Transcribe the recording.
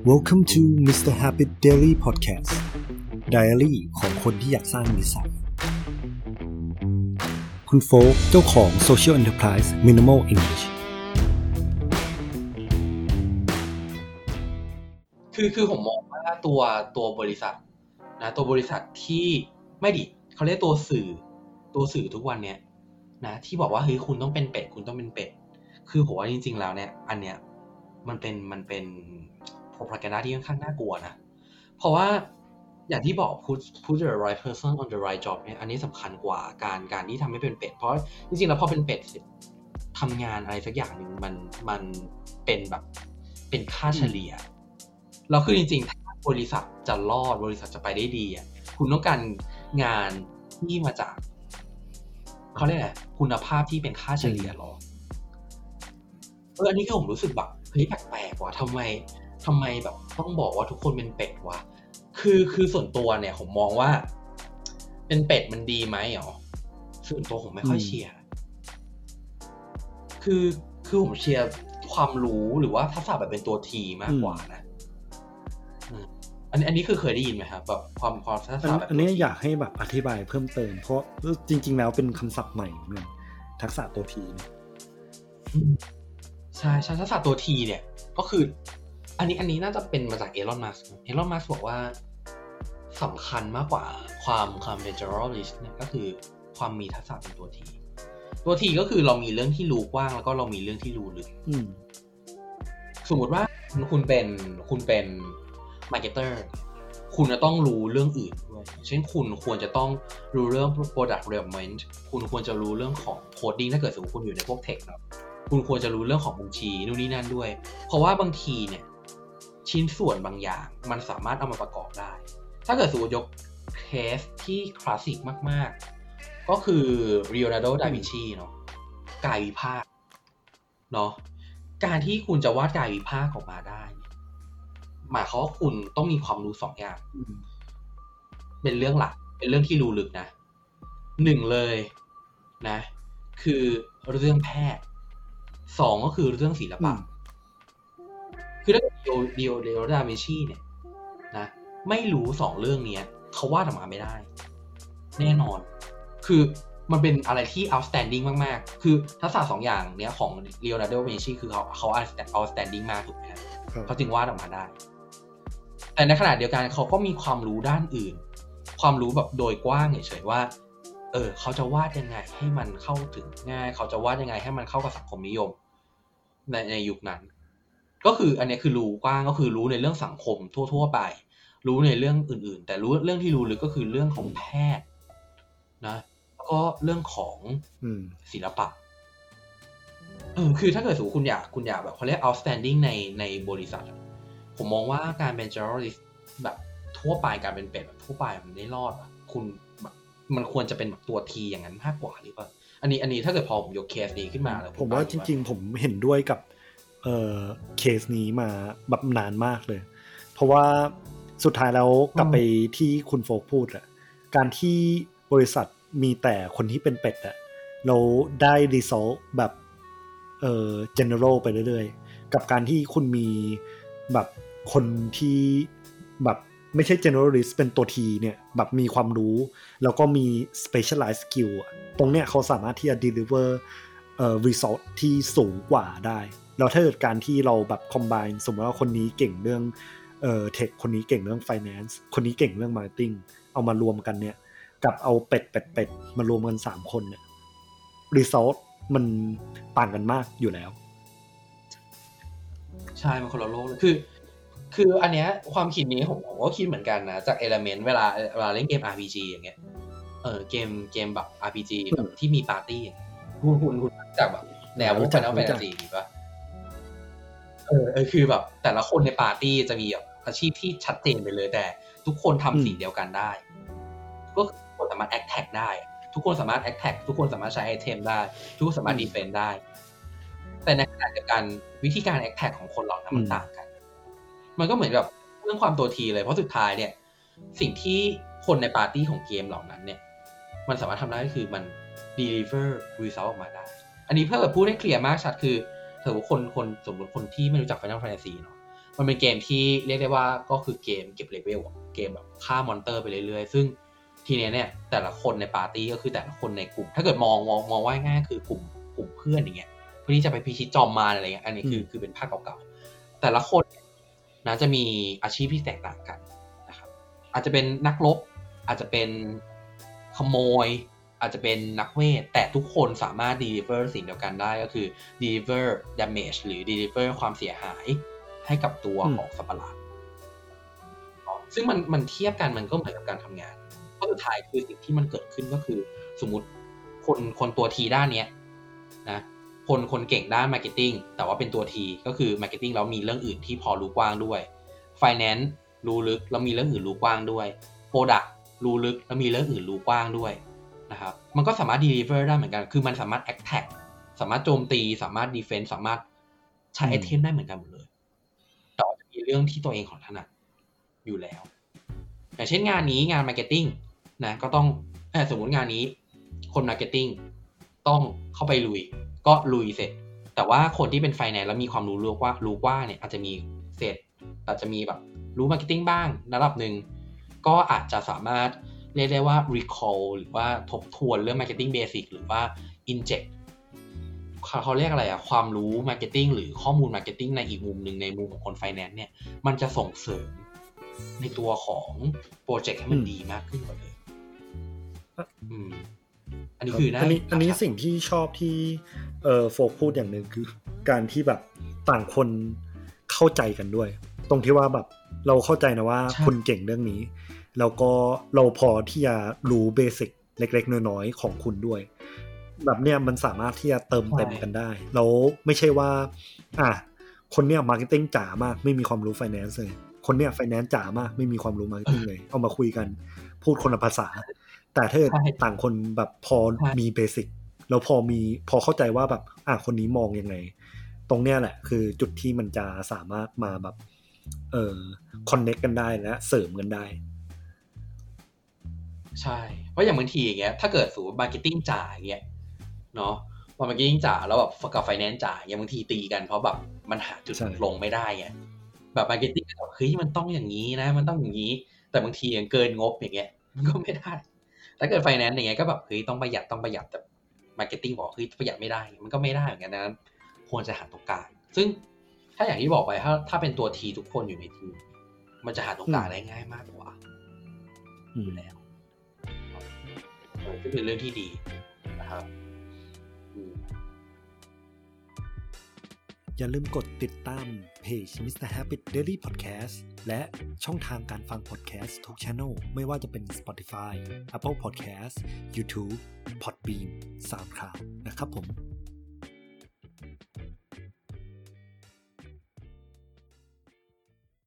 Welcome to Mr. Habit Daily Podcast Diary ของคนที่อยากสร้างนิสัยคุณโฟกเจ้าของ Social Enterprise Minimal English คือผมมองว่าตัวบริษัทนะตัวบริษัทที่ไม่ดิเขาเรียกตัวสื่อทุกวันเนี้ยนะที่บอกว่าเฮ้ยคุณต้องเป็นเป็ดคุณต้องเป็นเป็ดคือผมว่าจริงๆแล้วเนี่ยอันเนี้ยมันเป็น propaganda ที่ค่อนข้างน่ากลัวนะเพราะว่าอย่างที่บอก put the right person on the right job เนี่ยอันนี้สำคัญกว่าการที่ทำให้เป็นเป็ดเพราะจริงๆแล้วพอเป็นเป็ดทำงานอะไรสักอย่างหนึ่งมันเป็นแบบเป็นค่าเฉลี่ยแล้วคือจริงๆถ้าบริษัทจะรอดบริษัทจะไปได้ดีอ่ะคุณต้องการงานที่มาจากเขาเรียกอะไรคุณภาพที่เป็นค่าเฉลี่ยหรออันนี้คือผมรู้สึกแบบเฮ้ยแปลกๆว่ะทำไมแบบต้องบอกว่าทุกคนเป็นเป็ดวะคือส่วนตัวเนี่ยผมมองว่าเป็นเป็ดมันดีไหมหรอส่วนตัวผมไม่ค่อยเชียร์คือผมเชียร์ความรู้หรือว่าทักษะแบบเป็นตัวทีมากกว่านะอันนี้คือเคยได้ยินไหมครับแบบความทักษะแบบอันนี้อยากให้แบบอธิบายเพิ่มเติมเพราะจริงๆแล้วเป็นคำศัพท์ใหม่เหมือนกันทักษะตัวทีใช่ทักษะตัวทีเนี่ยก็คืออันนี้น่าจะเป็นมาจากเอลอนมัสก์บอกว่าสำคัญมากกว่าความเป็น generalist เนี่ยก็คือความมีทักษะเป็นตัวทีก็คือเรามีเรื่องที่รู้กว้างแล้วก็เรามีเรื่องที่รู้ลึกสมมติว่าคุณเป็นมาร์เก็ตเตอร์คุณจะต้องรู้เรื่องอื่นด้วยเช่นคุณควรจะต้องรู้เรื่อง product development คุณควรจะรู้เรื่องของ coding ถ้าเกิดสมมติคุณอยู่ในพวกเทคเนาะคุณควรจะรู้เรื่องของบัญชีนู่นนี่นั่นด้วยเพราะว่าบางทีเนี่ยชิ้นส่วนบางอย่างมันสามารถเอามาประกอบได้ถ้าเกิดสมมติยกเคสที่คลาสสิกมากๆก็คือ Leonardo da Vinci เนาะกายวิภาคเนาะการที่คุณจะวาดกายวิภาคออกมาได้หมายความว่าคุณต้องมีความรู้2อย่างเป็นเรื่องหลักเป็นเรื่องที่รู้ลึกนะ1เลยนะคือเรื่องแพทย์2ก็คือเรื่องศิลปะคือถ้าเดียวดาวินชีเนี่ยนะไม่รู้2เรื่องนี้เขาวาดออกมาไม่ได้แน่นอนคือมันเป็นอะไรที่ outstanding มากๆคือทักษะ2อย่างเนี้ยของ Leonardo da Vinci คือเขา outstanding มากถูกไหมครับเขาจึงวาดออกมาได้แต่ในขณะเดียวกันเขาก็มีความรู้ด้านอื่นความรู้แบบโดยกว้างเฉยๆว่าเขาจะวาดยังไงให้มันเข้าถึงง่ายเขาจะวาดยังไงให้มันเข้ากับสังคมนิยมในยุคนั้นก็คืออันนี้คือรู้กว้างก็คือรู้ในเรื่องสังคมทั่วๆไปรู้ในเรื่องอื่นๆแต่รู้เรื่องที่รู้ลึกก็คือเรื่องของแพทย์นะแล้วก็เรื่องของศิลปะคือถ้าเกิดสมมติคุณอยากแบบเขาเรียก outstanding ในบริษัทผมมองว่าการเป็น generalist แบบทั่วไปการเป็นเป็ดแบบทั่วไปมันไม่รอดอ่ะคุณแบบมันควรจะเป็นแบบตัวทีอย่างนั้นมากกว่าหรือเปล่าอันนี้ถ้าเกิดพอผมยกเคสนี้ขึ้นมาแล้วผมว่าจริงๆผมเห็นด้วยกับเคสนี้มาแบบนานมากเลยเพราะว่าสุดท้ายแล้วกลับไปที่คุณโฟกพูดอะการที่บริษัทมีแต่คนที่เป็นเป็ดอะเราได้ result แบบgeneral ไปเรื่อยๆกับการที่คุณมีแบบคนที่แบบไม่ใช่ generalist เป็นตัวทีเนี่ยแบบมีความรู้แล้วก็มี specialized skill ตรงเนี้ยเขาสามารถที่จะ deliver result ที่สูงกว่าได้แล้วถ้าเกิดการที่เราแบบ combine สมมติว่าคนนี้เก่งเรื่องtech คนนี้เก่งเรื่อง finance คนนี้เก่งเรื่อง marketing เอามารวมกันเนี่ยกับเอาเป็ดมารวมกัน3คนเนี่ย result มันต่างกันมากอยู่แล้วใช่มันคนละโลกเลยคืออันเนี้ยความคิดนี้ผมก็คิดเหมือนกันนะจาก element เวลาเล่นเกม RPG อย่างเงี้ยเกมแบบ RPG แบบที่มีปาร์ตี้คุณจากแบบแนวพวก Final Fantasy มีป่ะคือแบบแต่ละคนในปาร์ตี้จะมีแบบอาชีพที่ชัดเจนไปเลยแต่ทุกคนทำสิ่งเดียวกันได้ก็ทุกคนสามารถ attack ได้ทุกคนสามารถ attack ทุกคนสามารถใช้ไอเทมได้ทุกคนสามารถ defend ได้แต่ในขณะเดียวกันวิธีการ attack ของคนเหล่านั้นมันต่างกันมันก็เหมือนกับเรื่องความตัวทีเลยเพราะสุดท้ายเนี่ยสิ่งที่คนในปาร์ตี้ของเกมเหล่านั้นเนี่ยมันสามารถทำได้ก็คือมัน deliver result ออกมาได้อันนี้เพื่อพูดให้เคลียร์มากชัดคือสมมติคนที่ไม่รู้จัก Final Fantasy เนาะมันเป็นเกมที่เรียกได้ว่าก็คือเกมเก็บเลเวลเกมแบบฆ่ามอนเตอร์ไปเรื่อยๆซึ่งทีเนี้ยเนี่ยแต่ละคนในปาร์ตี้ก็คือแต่ละคนในกลุ่มถ้าเกิดมองว่าง่ายคือกลุ่มเพื่อนอย่างเงี้ยเพื่อที่จะไปพิชิตจอมมารอะไรเงี้ยอันนี้คือเป็นภาคเก่าๆแต่ละคนนะจะมีอาชีพที่แตกต่างกันนะครับอาจจะเป็นนักรบอาจจะเป็นขโมยอาจจะเป็นนักเวทแต่ทุกคนสามารถ deliver สิ่งเดียวกันได้ก็คือ deliver damage หรือ deliver ความเสียหายให้กับตัวของสัตว์ประหลาดซึ่งมันเทียบกันมันก็เหมือนกับการทำงานเพราะสุดท้ายคือสิ่งที่มันเกิดขึ้นก็คือสมมุติคนตัวทีด้านเนี้ยนะคนเก่งด้าน marketing แต่ว่าเป็นตัวทีก็คือ marketing แล้วมีเรื่องอื่นที่พอรู้กว้างด้วย finance รู้ลึกแล้วมีเรื่องอื่นรู้กว้างด้วย product รู้ลึกแล้วมีเรื่องอื่นรู้กว้างด้วยนะครับมันก็สามารถ deliver ได้เหมือนกันคือมันสามารถ attack สามารถโจมตีสามารถ defense สามารถใช้ไอเทมได้เหมือนกันหมดเลยแต่จะมีเรื่องที่ตัวเองของถนัดอยู่แล้วอย่างเช่นงานนี้งาน marketing นะก็ต้องสมมุติงานนี้คน marketing ต้องเข้าไปลุยก็ลุยเสร็จแต่ว่าคนที่เป็น finance แล้วมีความรู้กว้างเนี่ยอาจจะมีเสร็จอาจจะมีแบบรู้ marketing บ้างระดับนึงก็อาจจะสามารถเรียกได้ว่า recall หรือว่าทบทวนเรื่อง marketing basic หรือว่า inject เขาเรียกอะไรอะความรู้ marketing หรือข้อมูล marketing ในอีกมุมนึงในมุมของคน finance เนี่ยมันจะส่งเสริมในตัวของโปรเจกต์ให้มันดีมากขึ้นกว่าเดิมอันนี้คืออันนี้สิ่งที่ชอบที่โฟกพูดอย่างหนึ่งคือการที่แบบต่างคนเข้าใจกันด้วยตรงที่ว่าแบบเราเข้าใจนะว่าคุณเก่งเรื่องนี้แล้วก็เราพอที่จะรู้เบสิกเล็กๆน้อยๆของคุณด้วยแบบเนี้ยมันสามารถที่จะเติมเต็มกันได้แล้วไม่ใช่ว่าคนเนี้ยมาร์เก็ตติ้งจ๋ามากไม่มีความรู้ไฟแนนซ์เลยคนเนี้ยไฟแนนซ์จ๋ามากไม่มีความรู้มาร์เก็ตติ้งเลยเอามาคุยกันพูดคนละภาษาแต่ถ้าต่างคนแบบพอมีเบสิกแล้วพอเข้าใจว่าแบบคนนี้มองยังไงตรงเนี้ยแหละคือจุดที่มันจะสามารถมาแบบคอนเนคกันได้และเสริมกันได้ใช่เพราะอย่างบางทีอย่างเงี้ยถ้าเกิดสูตรมาร์เก็ตติ้งจ่ายอย่างเงี้ยเนาะพอมาร์เก็ตติ้งจ่ายแล้วแบบกับไฟแนนซ์จ่ายอย่างบางทีตีกันเพราะแบบมันหาจุดลงไม่ได้ไงแบบมาร์เก็ตติ้งแบบเฮ้ยมันต้องอย่างนี้นะมันต้องอย่างนี้แต่บางทีเกินงบอย่างเงี้ยมันก็ไม่ได้ถ้าเกิดไฟแนนซ์อย่างเงี้ยก็แบบเฮ้ยต้องประหยัดแต่มาร์เก็ตติ้งบอกเฮ้ยประหยัดไม่ได้มันก็ไม่ได้เหมือนกันนะควรจะหาตรงกลางซึ่งถ้าอย่างที่บอกไปถ้าเป็นตัวทีทุกคนอยู่ในทีมมันจะหาตรงกลางได้ง่ายมากกว่าอยู่แล้วก็เป็นเรื่องที่ดีนะครับอย่าลืมกดติดตามเพจ Mr. Happy Daily Podcast และช่องทางการฟัง podcast ทุก channel ไม่ว่าจะเป็น Spotify, Apple Podcast, YouTube, Podbean, SoundCloud นะครับผม